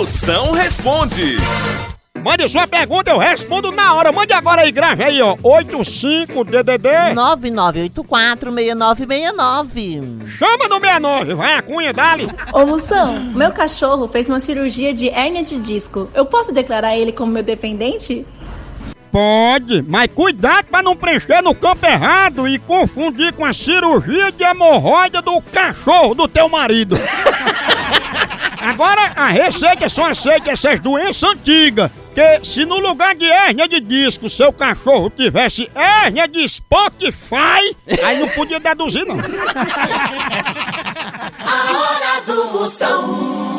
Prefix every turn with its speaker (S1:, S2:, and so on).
S1: Moção responde.
S2: Mande sua pergunta, eu respondo na hora. Mande agora aí, grave aí, ó. 85-DDD
S3: 9984-6969.
S2: Chama no 69, vai a cunha, dali.
S4: Ô Moção, meu cachorro fez uma cirurgia de hérnia de disco. Eu posso declarar ele como meu dependente?
S2: Pode, mas cuidado pra não preencher no campo errado e confundir com a cirurgia de hemorroida do cachorro do teu marido. Agora, a receita só aceita essas doenças antigas. Que se no lugar de hérnia de disco seu cachorro tivesse hérnia de Spotify, aí não podia deduzir, não.
S5: A hora do Moção.